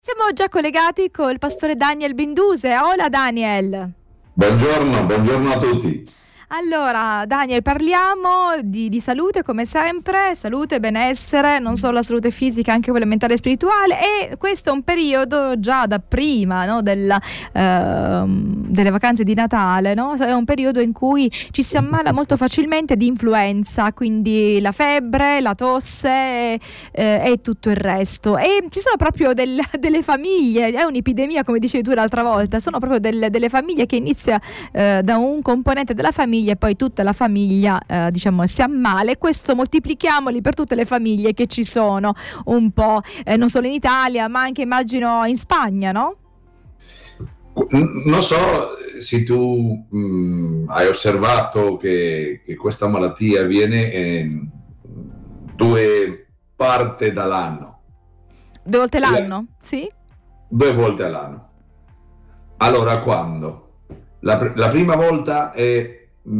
Siamo già collegati col pastore Daniel Binduse. Hola Daniel. Buongiorno a tutti. Allora, Daniel, parliamo di salute come sempre, salute, benessere, non solo la salute fisica, anche quella mentale e spirituale, e questo è un periodo già da prima, no, delle vacanze di Natale, no? È un periodo in cui ci si ammala molto facilmente di influenza, quindi la febbre, la tosse e tutto il resto. E ci sono proprio delle famiglie, è un'epidemia come dicevi tu l'altra volta, sono proprio delle famiglie che inizia da un componente della famiglia e poi tutta la famiglia si ammala, e questo moltiplichiamoli per tutte le famiglie che ci sono un po', non solo in Italia ma anche immagino in Spagna, no? Non so se tu hai osservato che questa malattia avviene in due parti dall'anno. 2 volte l'anno? Sì? 2 volte all'anno. Allora, quando? La prima volta è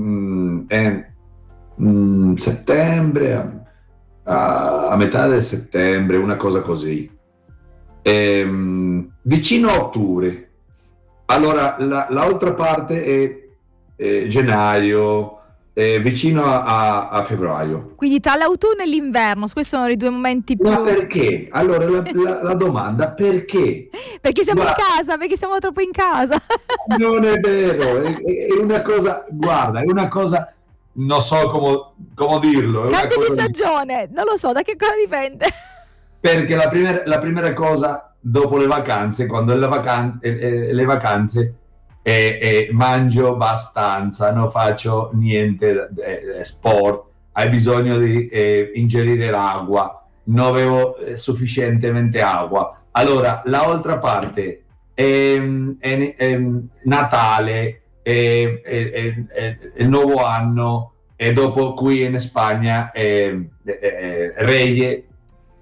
settembre, a metà del settembre, una cosa così, vicino a ottobre. Allora l'altra parte è gennaio, vicino a febbraio. Quindi tra l'autunno e l'inverno, questi sono i 2 momenti più... Ma perché? Allora la domanda, perché? Perché siamo in casa, perché siamo troppo in casa. Non è vero, è una cosa, guarda, è una cosa, non so come dirlo. Cambio di stagione, non lo so, da che cosa dipende. Perché la primera cosa dopo le vacanze, quando le vacanze mangio abbastanza, non faccio niente sport, hai bisogno di ingerire l'acqua, non bevo sufficientemente acqua. Allora, l'altra parte è Natale, il nuovo anno, e dopo qui in Spagna Reyes,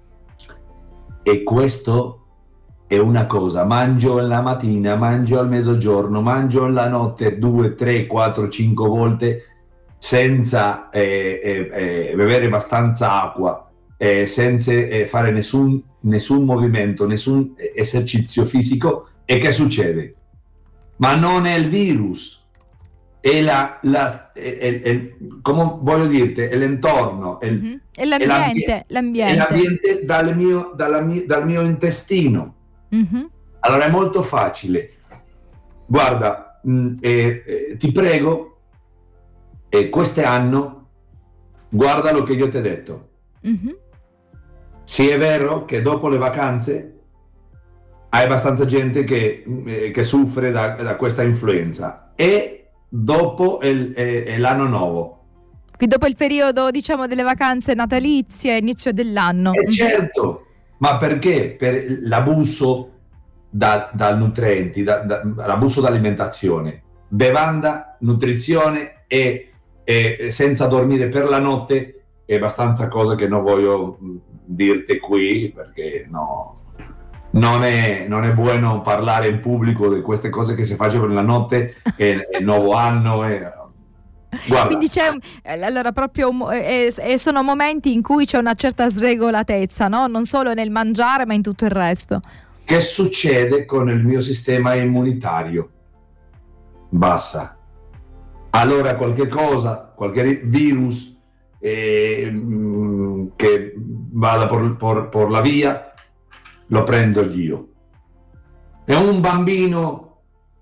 e questo è una cosa: mangio la mattina, mangio al mezzogiorno, mangio la notte 2, 3, 4, 5 volte senza bere abbastanza acqua, senza fare nessun movimento, nessun esercizio fisico. E che succede? Ma non è il virus, è come voglio dirti, è l'entorno, è l'ambiente dal mio intestino. Allora è molto facile. Guarda, ti prego, quest'anno guarda lo che io ti ho detto. Sì, è vero che dopo le vacanze hai abbastanza gente che soffre da questa influenza, e dopo l'anno nuovo. Quindi dopo il periodo, diciamo, delle vacanze natalizie, inizio dell'anno. Certo, ma perché? Per l'abuso dal nutrienti, l'abuso d'alimentazione, bevanda, nutrizione e senza dormire per la notte è abbastanza cosa che non voglio dirti qui, perché no. Non è buono parlare in pubblico di queste cose che si facevano nella notte e il nuovo anno. Guarda. Quindi c'è allora proprio sono momenti in cui c'è una certa sregolatezza, no? Non solo nel mangiare ma in tutto il resto. Che succede con il mio sistema immunitario? Basta. Allora qualche qualche virus che vada por la via, lo prendo io. E un bambino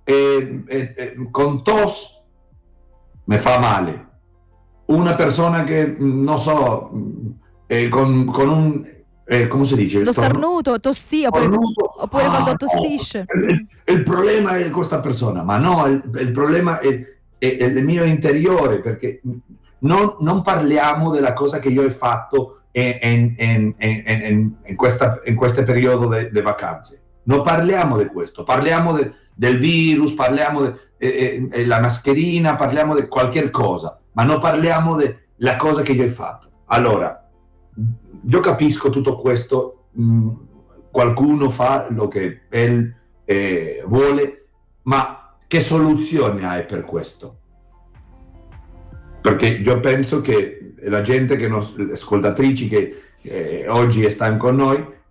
con tos mi fa male. Una persona che, non so, con un... come si dice? Lo starnuto, tossì, oppure quando tossisce. Il problema è questa persona, ma no, il problema è il mio interiore, perché non parliamo della cosa che io ho fatto in questo periodo di vacanze. Non parliamo di questo, parliamo del virus, parliamo della mascherina, parliamo di qualche cosa, ma non parliamo della cosa che io ho fatto. Allora, io capisco tutto questo, qualcuno fa lo che vuole, ma che soluzione hai per questo? Perché io penso che la gente, ascoltatrici che oggi stanno con noi,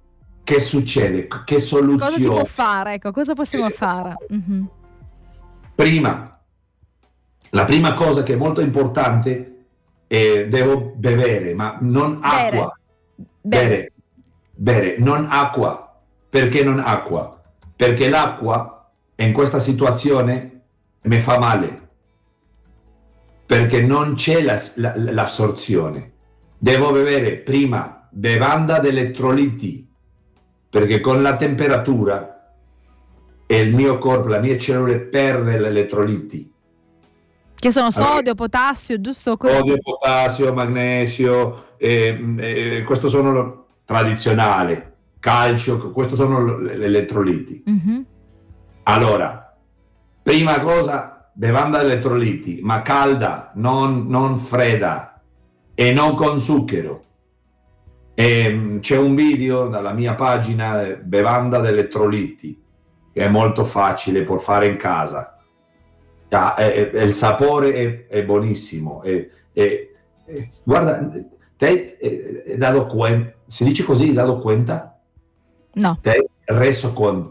che succede? Che Cosa si soluzione? può fare? Ecco, cosa possiamo fare? Mhm. Prima, la prima cosa che è molto importante è devo bere, ma non acqua. Bere, non acqua. Perché non acqua? Perché l'acqua in questa situazione mi fa male, perché non c'è l'assorzione. Devo bere prima bevanda di elettroliti, perché con la temperatura il mio corpo, le mie cellule perde gli elettroliti. Che sono sodio, potassio, giusto? Sodio, potassio, magnesio, questo sono tradizionali, calcio, questo sono gli elettroliti. Mhm. Allora, prima cosa, bevanda di elettroliti, ma calda, non fredda e non con zucchero. C'è un video dalla mia pagina, bevanda di elettroliti, che è molto facile per fare in casa. Il sapore è buonissimo. Guarda, te hai dato cuenta, si dice così, hai dato cuenta? No. Te hai reso conto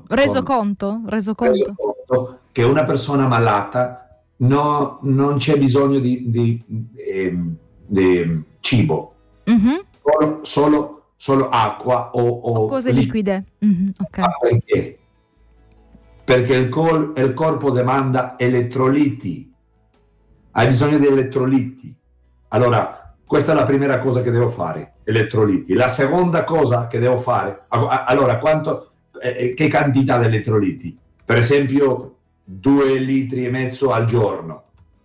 che una persona malata non c'è bisogno di cibo. Mhm. Solo acqua o cose liquide. Mhm, ok. Perché? Perché il corpo demanda elettroliti, hai bisogno di elettroliti. Allora, questa è la prima cosa che devo fare, elettroliti. La seconda cosa che devo fare, allora, che quantità di elettroliti? Per esempio, 2,5 litri al giorno.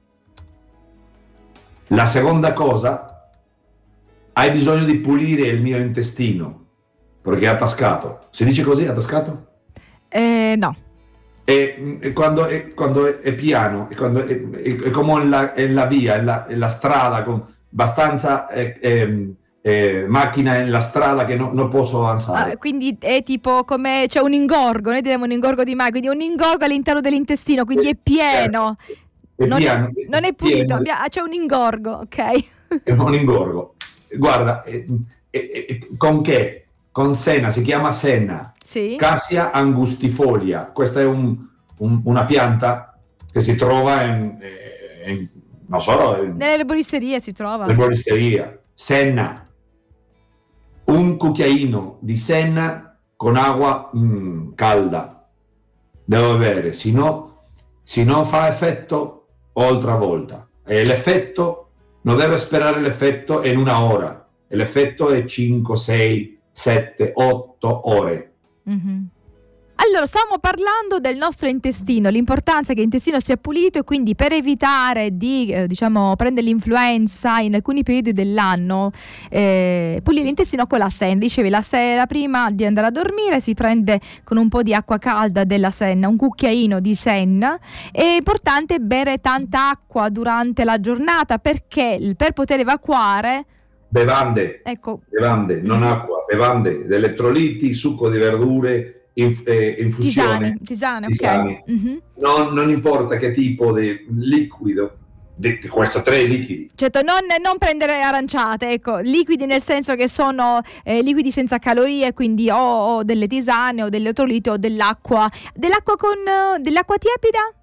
La seconda cosa, hai bisogno di pulire il mio intestino, perché è attascato. Si dice così, attascato? No. E quando è piano, e quando è come in la via, in la strada, con abbastanza macchina nella strada che non posso avanzare. Quindi è tipo come c'è un ingorgo, noi diamo un ingorgo di mai, quindi un ingorgo all'interno dell'intestino, quindi è pieno. Non è pulito, c'è un ingorgo, ok? È un ingorgo. Guarda, con che? Con senna, si chiama senna, sì. Cassia angustifolia. Questa è una pianta che si trova non so, nelle erboristerie si trova. Erboristeria. Senna, un cucchiaino di senna con acqua calda devo bere, se no fa effetto altra volta, e l'effetto non deve sperare l'effetto in una ora, l'effetto è 5, 6, 7, 8 ore. Mm-hmm. Allora, stavamo parlando del nostro intestino, l'importanza che l'intestino sia pulito, e quindi per evitare di prendere l'influenza in alcuni periodi dell'anno, pulire l'intestino con la senna. Dicevi, la sera prima di andare a dormire si prende con un po' di acqua calda della senna, un cucchiaino di senna. È importante bere tanta acqua durante la giornata, perché per poter evacuare bevande, non acqua, bevande, elettroliti, succo di verdure, infusione, tisane. Ok. Mm-hmm. Non importa che tipo di liquido, questo 3 liquidi. Certo, non prendere aranciate, ecco, liquidi nel senso che sono liquidi senza calorie, quindi o delle tisane o dell'elettroliti o dell'acqua dell'acqua tiepida?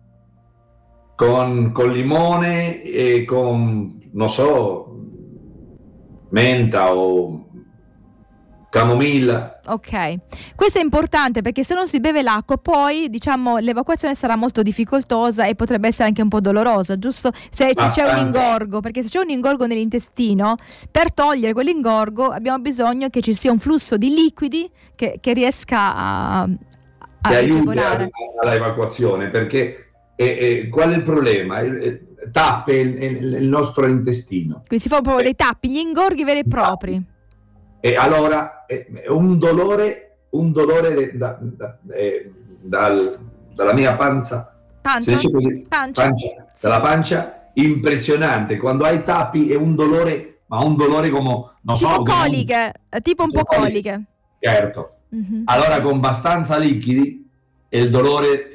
Con limone e con, non so, menta o camomilla. Ok, questo è importante, perché se non si beve l'acqua poi l'evacuazione sarà molto difficoltosa e potrebbe essere anche un po' dolorosa, giusto? Se c'è un ingorgo, perché se c'è un ingorgo nell'intestino, per togliere quell'ingorgo abbiamo bisogno che ci sia un flusso di liquidi che riesca a aiuti all'evacuazione, perché qual è il problema? Tappe il nostro intestino. Quindi si fanno proprio dei tappi, gli ingorghi veri e propri. E allora un dolore dalla mia pancia, si dice così, pancia, sì. Dalla pancia, impressionante. Quando hai tappi è un dolore, ma un dolore come, non so, coliche, tipo un po' coliche. Certo. Mm-hmm. Allora con abbastanza liquidi il dolore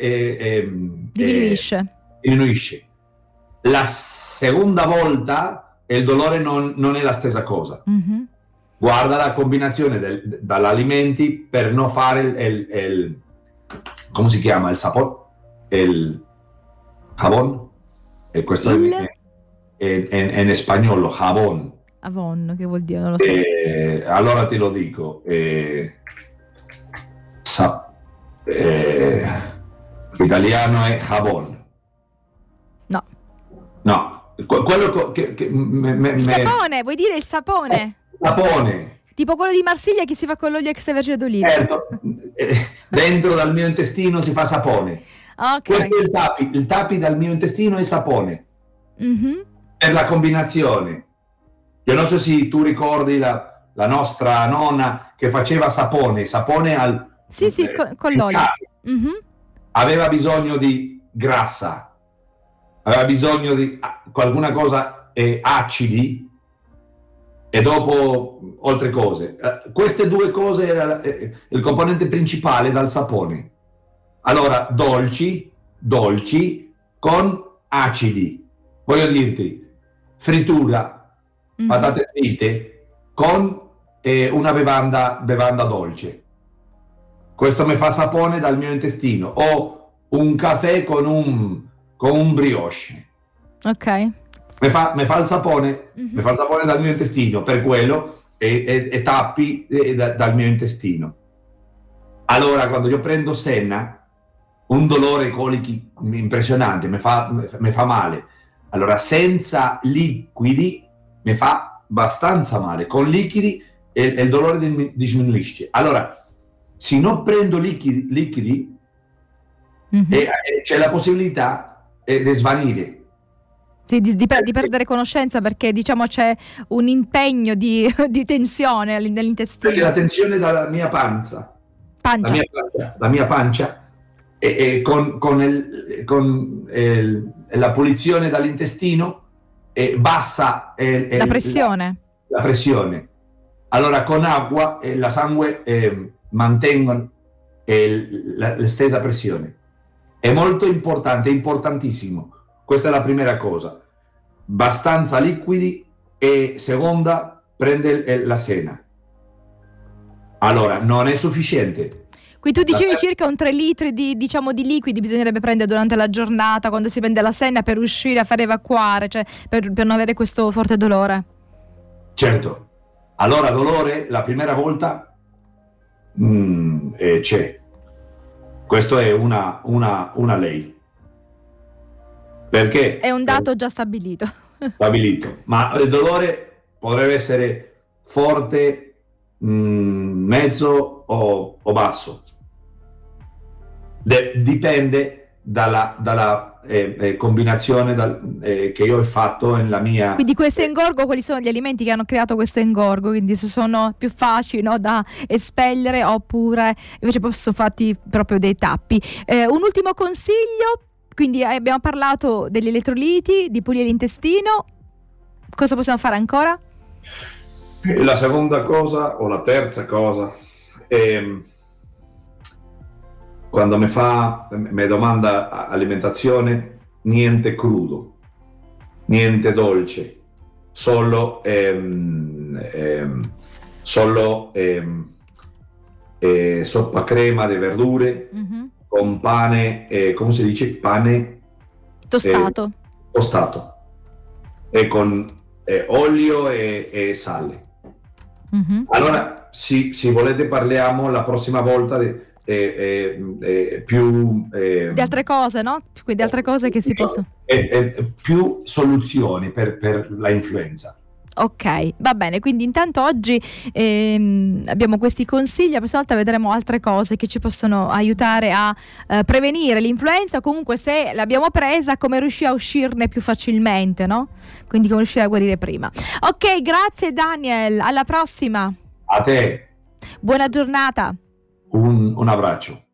diminuisce. La seconda volta il dolore non è la stessa cosa. Mm-hmm. Guarda la combinazione dall'alimenti per non fare come si chiama? Il sapone? Il jabón? E questo è in spagnolo, jabón. Avon, che vuol dire? Non lo so. Allora te lo dico. Italiano è jabón. No. Quello il sapone, vuoi dire il sapone? Sapone. Tipo quello di Marsiglia che si fa con l'olio extravergine d'oliva. Certo. Dentro dal mio intestino si fa sapone. Okay. Questo è il tapi dal mio intestino è sapone. Mm-hmm. Per la combinazione. Io non so se tu ricordi la nostra nonna che faceva sapone al... Sì, con l'olio. Mm-hmm. Aveva bisogno di grassa, aveva bisogno di qualcuna cosa acidi e dopo altre cose. Queste due cose era il componente principale dal sapone. Allora, dolci con acidi. Voglio dirti, frittura, patate fritte con una bevanda dolce. Questo mi fa sapone dal mio intestino. O un caffè con un brioche. Ok. Mi fa il sapone, mi fa il sapone dal mio intestino, per quello e tappi dal mio intestino. Allora, quando io prendo senna, un dolore ai colichi impressionante, mi fa male. Allora, senza liquidi mi fa abbastanza male. Con liquidi il dolore diminuisce. Allora, se non prendo liquidi c'è la possibilità di svanire. Sì, di perdere conoscenza, perché diciamo c'è un impegno di tensione nell'intestino. Perché la tensione dalla mia pancia. La mia pancia e con la pulizone dall'intestino bassa la pressione. La pressione. Allora con acqua la sangue mantengono la stessa pressione. È molto importante, è importantissimo. Questa è la prima cosa. Abbastanza liquidi e seconda, prende la senna. Allora, non è sufficiente. Qui tu dicevi circa un 3 litri di liquidi bisognerebbe prendere durante la giornata quando si prende la senna per riuscire a far evacuare, cioè per non avere questo forte dolore. Certo. Allora, dolore, la prima volta c'è. Questo è una lei. Perché? È un dato già stabilito. Stabilito. Ma il dolore potrebbe essere forte, mezzo o basso. Dipende dalla combinazione che io ho fatto nella mia... Quindi questo ingorgo, quali sono gli alimenti che hanno creato questo ingorgo? Quindi se sono più facili, no, da espellere, oppure invece sono fatti proprio dei tappi. Un ultimo consiglio, quindi abbiamo parlato degli elettroliti, di pulire l'intestino. Cosa possiamo fare ancora? La seconda cosa o la terza cosa è quando mi domanda alimentazione, niente crudo, niente dolce, solo soppa crema di verdure con pane, come si dice? Pane tostato. Tostato e con olio e sale. Allora, se volete parliamo la prossima volta più di altre cose, no? Quindi altre cose che si possono più soluzioni per la influenza. Ok, va bene, quindi intanto oggi abbiamo questi consigli, la prossima volta vedremo altre cose che ci possono aiutare a prevenire l'influenza, o comunque se l'abbiamo presa come riuscire a uscirne più facilmente, no? Quindi come riuscire a guarire prima. Ok, grazie Daniel, alla prossima. A te. Buona giornata. Un abbraccio.